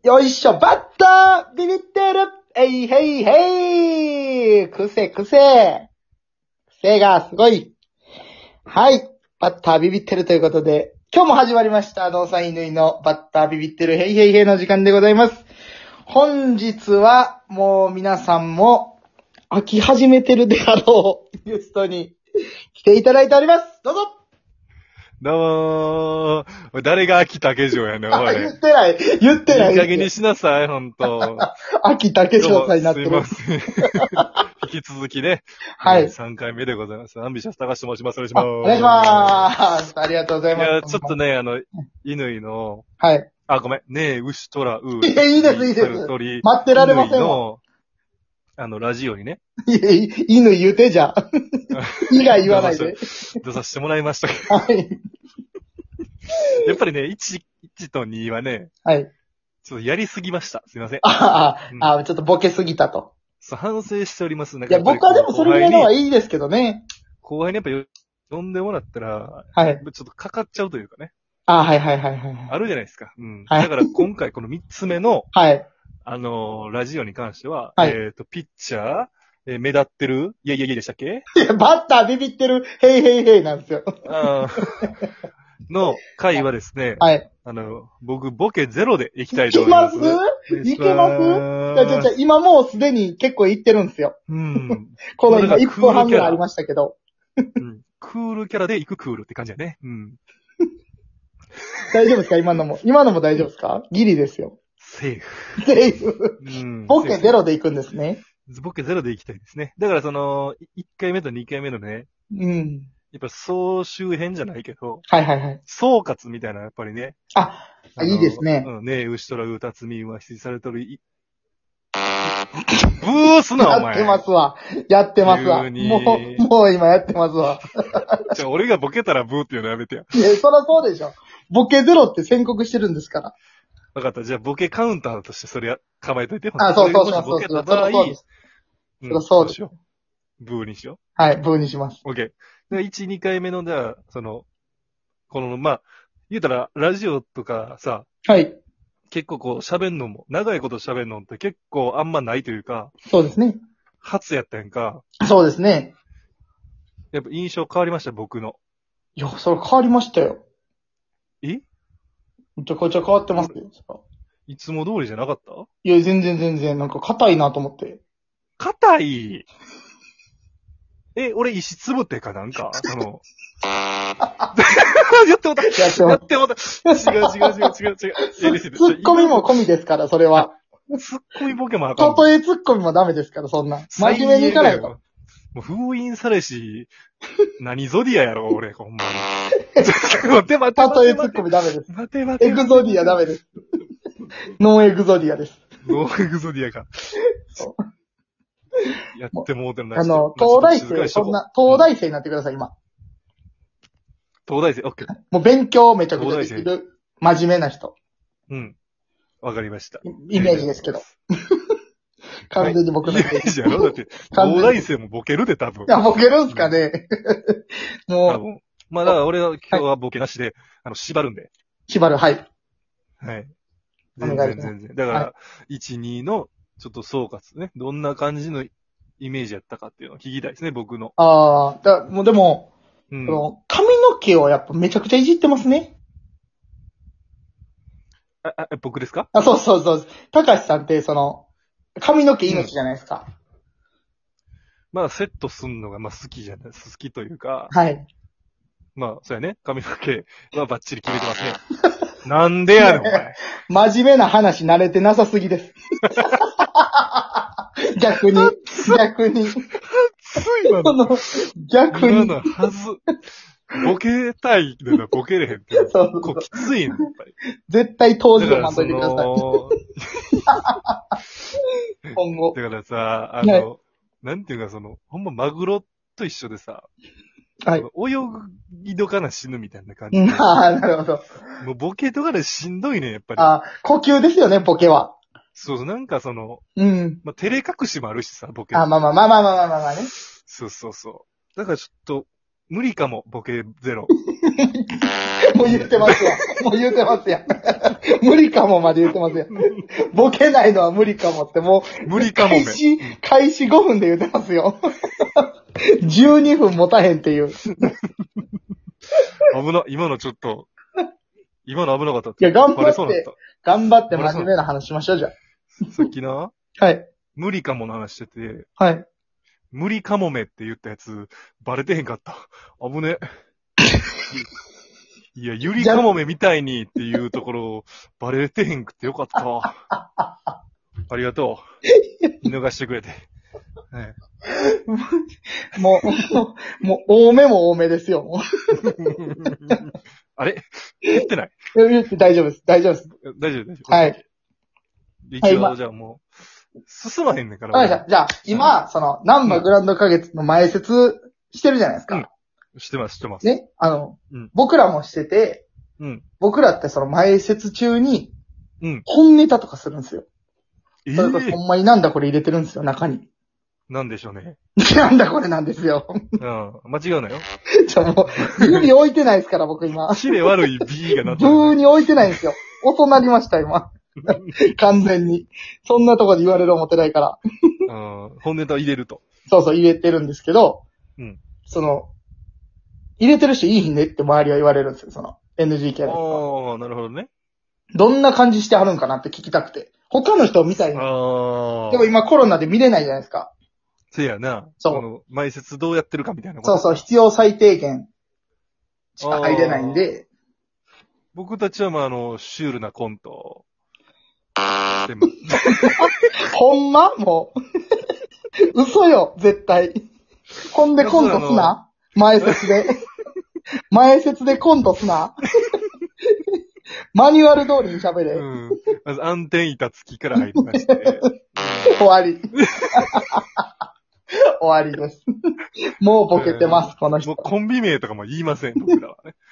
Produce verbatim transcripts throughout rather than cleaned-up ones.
よいしょ、バッタービビってるえいへいへいくせくせくせがすごい。はい。バッタービビってるということで、今日も始まりました。農産犬のバッタービビってるへいへいへいの時間でございます。本日はもう皆さんも飽き始めてるであろうゲストに来ていただいております。どうぞ。 どうもー。誰が秋竹城やねん、おい。 言ってない。言ってない。 いい加減にしなさい、ほんと。 秋竹城さんになってる。 どうもすいません。引き続きね。 はい。 さんかいめでございます。アンビシャス高橋と申します。お願いします。 お願いします。ありがとうございます。 いや、ちょっとね、あの、犬の、 はい。 あ、ごめん。ねえ、牛、虎、うー。 いや、いいです、いいです。 鳥、 待ってられませんわ。 の、あの、ラジオにね。 いや、犬言うてじゃん。以外言わないで。 出させてもらいましたけど。 はい。 やっぱりね、いち、いちとにはね、 はい。 ちょっとやりすぎました。すいません。 ああ、 うん、 あ、ちょっとボケすぎたと。 そう、反省しております。なんいや、僕はでもそれぐらいの方がいいですけどね。 後輩にやっぱ呼んでもらったら、 はい。 ちょっとかかっちゃうというかね。 あ、はいはいはいはい。 あるじゃないですか。うん。 はい、 だから今回このみっつめの、 はい。 あのー、ラジオに関しては、 はい、 えっ、ー、と、ピッチャー、えー、目立ってる、いやいやいやでしたっけいや、バッタービビってる、へいへいへいなんですよ。 あの回はですね、 はい。 あの、僕、ボケゼロで行きたいと思います。 いけますいけますじゃじゃじゃ今もうすでに結構行ってるんですよ。 うん。 この今いっぷんはんぐらいありましたけど。 うん。クールキャラで行くクールって感じだね。うん。 大丈夫ですか今のも。今のも大丈夫ですかギリですよ。 セーフ。 セーフ。 うん。 ボケゼロで行くんですね。 ボケゼロで行きたいですね。だからその、いっかいめとにかいめのね、 うん。 やっぱ総集編じゃないけど、 はいはいはい。 総括みたいな、やっぱりね。 あ、いいですね。 うん、ねえ、牛虎うたつみは羊されとるい、ブーすな、お前。 やってますわ。やってますわ。もう、もう今やってますわ。 じゃあ俺がボケたらブーっていうのやめてや。 いや、そらそうでしょ。ボケゼロって宣告してるんですから。 わかった。じゃあボケカウンターとしてそれや、構えといて。 あ、そうそうそうそう。 ボケた場合、 そうです。 うん、 そらそうです。 しよう。ブーにしよう。 はい、ブーにします。 オッケー。で、いち、にかいめの、じゃあ、その、この、まあ、言うたら、ラジオとかさ、 はい。 結構こう喋んのも、長いこと喋るのって結構あんまないというか、 そうですね。 初やったやんか。 そうですね。 やっぱ印象変わりました、僕の。 いや、それ変わりましたよ。 えめちゃくちゃ変わってますよ。 いつも通りじゃなかった？ いや、全然全然、なんか硬いなと思って。 硬いえ、俺石つぶってかなんかその、やってもたやってもた違う違う違う違う違う。 ツッコミも込みですから、それは。 ツッコミボケもあかん。 たとえツッコミもダメですから、そんな。真面目にいかないと。 もう封印されし、何ゾディアやろ、俺、ほんまに。待って待って。 たとえツッコミダメです。 待って待って。 エグゾディアダメです。ノンエグゾディアです。 ノンエグゾディアか。やってもうてるな。 あの、東大生、そんな、東大生になってください、今。 東大生、オッケー。 もう勉強めちゃくちゃできる、真面目な人。 うん。わかりました。 イメージですけど。完全に僕のイメージやろだって、東大生もボケるで、多分。 いや、ボケるんすかね。もう。 多分。まあ、だから俺は今日はボケなしで、あの、縛るんで。 縛る、はい。 はい。全然全然。だから、いち、にの、ちょっと総括ね。どんな感じのイメージやったかっていうのを聞きたいですね、僕の。 ああ、だ、もうでも、 うん、 その髪の毛をやっぱめちゃくちゃいじってますね。 あ、あ、僕ですか？ あ、そうそうそう。高橋さんって、その、髪の毛命じゃないですか。うん、 まあ、セットすんのが、まあ、好きじゃない、好きというか。 はい。 まあ、そうやね。髪の毛はバッチリ決めてますね。なんでやねん、お前。 真面目な話慣れてなさすぎです。逆に、逆に。 ついなの。 逆に。 今のはず。ボケたいけどボケれへんって。そうそうそう。こうきついの、やっぱり。 絶対当時を待っといてください。今後。 だからさ、あの、なんていうかその、ほんまマグロと一緒でさ、はい。泳ぎとかな死ぬみたいな感じ。 ああ、なるほど。 もうボケとかでしんどいね、やっぱり。 ああ、呼吸ですよね、ボケは。 そうそう、なんかその、 うん。 まあ、照れ隠しもあるしさ、ボケ。 あ、まあまあまあまあまあまあまあね。 そうそうそう。だからちょっと、 無理かも、ボケゼロ。 もう言ってますよ。もう言ってますよ。無理かもまで言ってますよ。ボケないのは無理かもってもう、 無理かもめ。 開始、開始ごふんで言ってますよ。じゅうにふん持たへんっていう。 危な、今のちょっと、今の危なかったって。 いや頑張ってバレそうだった頑張って真面目な話しましょう、じゃさっきな、 あ。はい。 無理かもの話してて、 はい。 無理かもめって言ったやつ、バレてへんかった。危ね。いや、ゆりかもめみたいにっていうところ、バレてへんくてよかったわ。ありがとう。見逃してくれて。はい、 もう、もう、もう多めも多めですよ。 あれ言ってない大丈夫です。大丈夫です。 大丈夫、大丈夫。 はい。 一応、じゃあもう、進まへんねんから。 わかりました。じゃあ、今、その、ナンバーグランド花月の前説してるじゃないですか。 うん、してます、してます。 ね。あの、 うん、 僕らもしてて、 うん、 僕らってその前説中に、 うん、 本ネタとかするんですよ。 えー、 それこそほんまになんだこれ入れてるんですよ、中に。 なんでしょうね。 なんだこれなんですよ。 うん、間違うなよ。 じゃもう、指置いてないですから、僕今。 キレ悪い B がなってブーに置いてないんですよ。音鳴りました、今。完全に。そんなとこで言われる思ってないから。 うん、本ネタ入れると。 そうそう、入れてるんですけど、 うん。 その、入れてる人いいねって周りは言われるんですよ、その、エヌジー キャラ。 ああ、なるほどね。 どんな感じしてはるんかなって聞きたくて。他の人を見たいの。 ああ。 でも今コロナで見れないじゃないですか。 せやな。 そうこの、前説どうやってるかみたいなこと。 そうそう、必要最低限しか入れないんで。 僕たちはまあ、あの、シュールなコント。 ほんまもう。嘘よ、絶対。ほんでコントすな前説で。前説でコントすなマニュアル通りに喋れ。 うん。まず、暗転板付きから入りまして。 終わり。終わりです。もうボケてます、この人。 もうコンビ名とかも言いません、僕らはね。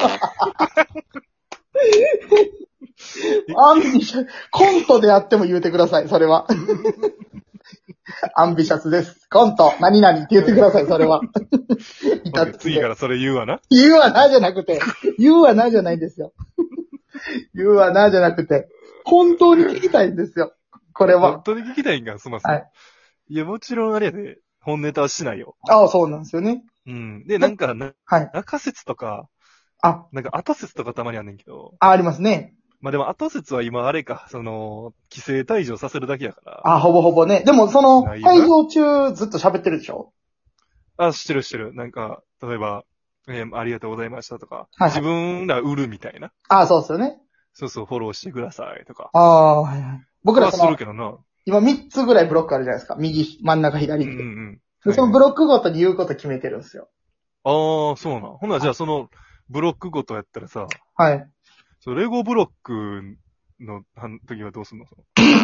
アンビシャ、コントであっても言うてください、それは。アンビシャスです。コント、何々って言ってください、それは。 次からそれ言うわな。 言うわな、じゃなくて。言うわな、じゃないんですよ。言うわな、じゃなくて。本当に聞きたいんですよ。これは。 本当に聞きたいんか、すません。はい。いや、もちろんあれやで、本ネタはしないよ。 ああ、そうなんですよね。 うん。で、なんかな、 はい。 中説とか、 あ、 なんか後説とかたまにあんねんけど。 あ、ありますね。 まあでも後説は今あれか、その、規制退場させるだけやから。 あ、ほぼほぼね。でもその、退場中ずっと喋ってるでしょ？ あ、知ってる知ってる。なんか、例えば、えー、ありがとうございましたとか、 はいはい、 自分ら売るみたいな。 あ、そうですよね。 そうそう、フォローしてくださいとか。 ああ、はいはい。僕らはするけどな。 今みっつぐらいブロックあるじゃないですか。右、真ん中、左に。うんうん、 うんで、そのブロックごとに言うこと決めてるんですよ。 ああ、そうな。ほな、じゃあその、ブロックごとやったらさ。 はい。 そう、レゴブロックの時はどうすんの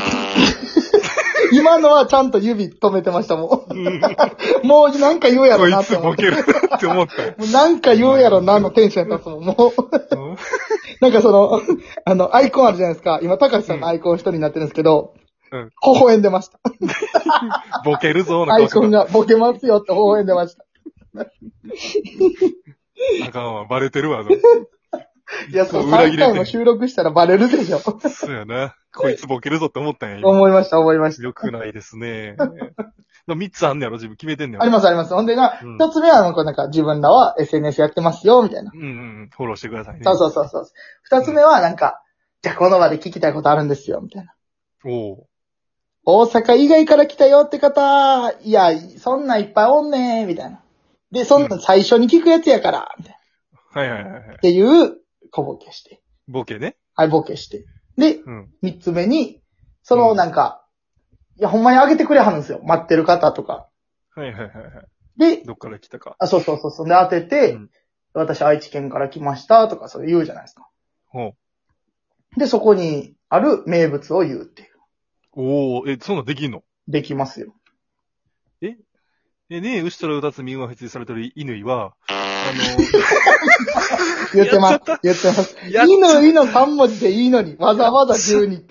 今のはちゃんと指止めてましたもん。もうなんか言うやろなって思って。 こいつボケるって思った。 もうなんか言うやろなのテンションやったっすもん、もう。なんかその、あの、アイコンあるじゃないですか。今、高橋さんのアイコン一人になってるんですけど、うん。微笑んでました。 ボケるぞ、 アイコンがボケますよって微笑んでました。 あかんわ、バレてるわ。 いや、そう、さんかいも収録したらバレるでしょ。 そうやな。こいつボケるぞって思ったんや。 思いました、思いました。 よくないですね。三つあんねやろ、自分決めてんねやろ。 あります、あります。ほんでな、一、うん、つ目は、なんか自分らは エスエヌエス やってますよ、みたいな。 うんうん。フォローしてくださいね。 そうそうそうそう。二つ目は、なんか、うん、じゃあこの場で聞きたいことあるんですよ、みたいな。 お大阪以外から来たよって方、いや、そんないっぱいおんねー、みたいな。で、そんな最初に聞くやつやから、みたいな。はいはいはい。 っていう小ボケして。 ボケね。 はい、ボケして。で、 うん、 三つ目に、そのなんか、うん、いや、ほんまにあげてくれはるんですよ。待ってる方とか。 はいはいはいはい。 で、 どっから来たか。 あ、そうそうそうそう。で、当てて、うん、私愛知県から来ましたとか、それ言うじゃないですか。 ほう。 で、そこにある名物を言うっていう。 おー、え、そんなんできんの？ できますよ。 ええ、ねえ、牛虎うたつ身が羊されてる犬は、あのー、言ってます。言ってます。犬、犬のさん文字でいいのに、わざわざじゅうに。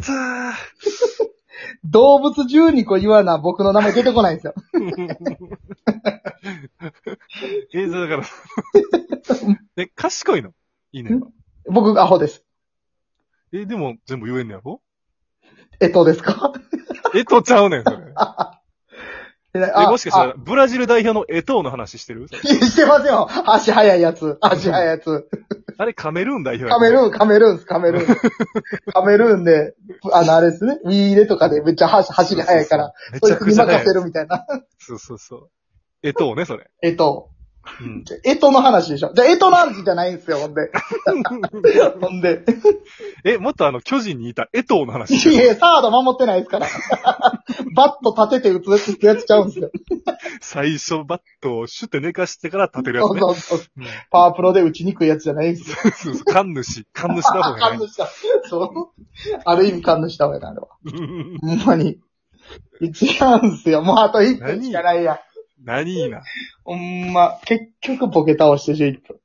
動物じゅうにこ言わな、僕の名前出てこないんですよ。 え、だから、え、賢いの犬は。 僕、アホです。 え、でも全部言えんのやろえとですか？ えとちゃうねん、それ。 え、 え、もしかしたら、ブラジル代表のエトーの話してるしてますよ。足速いやつ。足速いやつ。 あれ、カメルーン代表やカメルーン、カメルーンです、カメルーン。カメルーンで、あの、あれですね。ウィーレとかでめっちゃ走走り速いから、 めちゃくちゃ速い。 任せるみたいな。 そうそうそう。エトーね、それ。 えと。 うん。 えとの話でしょ。じゃあ、えとなんじゃないんですよ、ほんで。ほんで。 え、もっとあの、巨人にいたエトーの話。 いやいや、サード守ってないですから。バット立てて打つってやつちゃうんですよ。 最初バットをシュッて寝かしてから立てるやつね。 そうそうそう。 うん、 パワープロで打ちにくいやつじゃないんですよ。 そうそう、神主。神主だもんね。 神主だ。そう。ある意味神主だもんね、あれは。ほんまに。違うんすよ。もうあといっぷんしかないやん。 何いいな。 ほんま、結局ボケ倒してじゅういっぷん。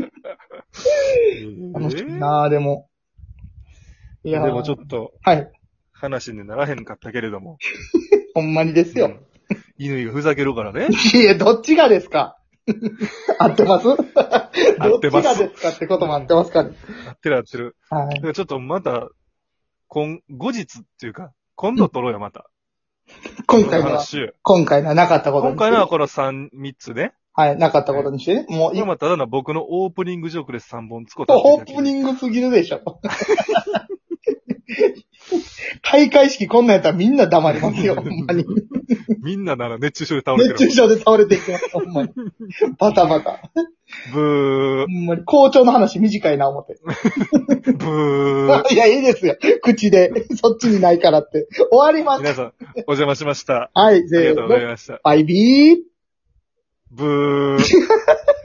楽しいなぁ、でも。いやでもちょっと、 はい。 話にならへんかったけれども。 ほんまにですよ。 犬がふざけるからね。 いや、どっちがですか？合ってます？ 合ってます。 どっちがですかってことも合ってますかね？ 合ってる合ってる。 はい。 だからちょっとまた、今、後日っていうか、今度撮ろうよ、また。 今回のは、 話今回のはなかったことにして。 今回のはこの三、三つね。 はい、なかったことにしてね。もうこれまただな、僕のオープニングジョークでさんぼん使ったオープニングすぎるでしょ。開会式こんなんやったらみんな黙りますよ、ほんまに。 みんななら熱中症で倒れてる。 熱中症で倒れていきます、ほんまに。バタバタ。 ブー。 ほんまに、校長の話短いな、思って。 ブー。 いや、いいですよ。口で。そっちにないからって。終わります。 皆さん、お邪魔しました。 はい、 ありがとうございせーの。 ました。 バイビー。 ブー。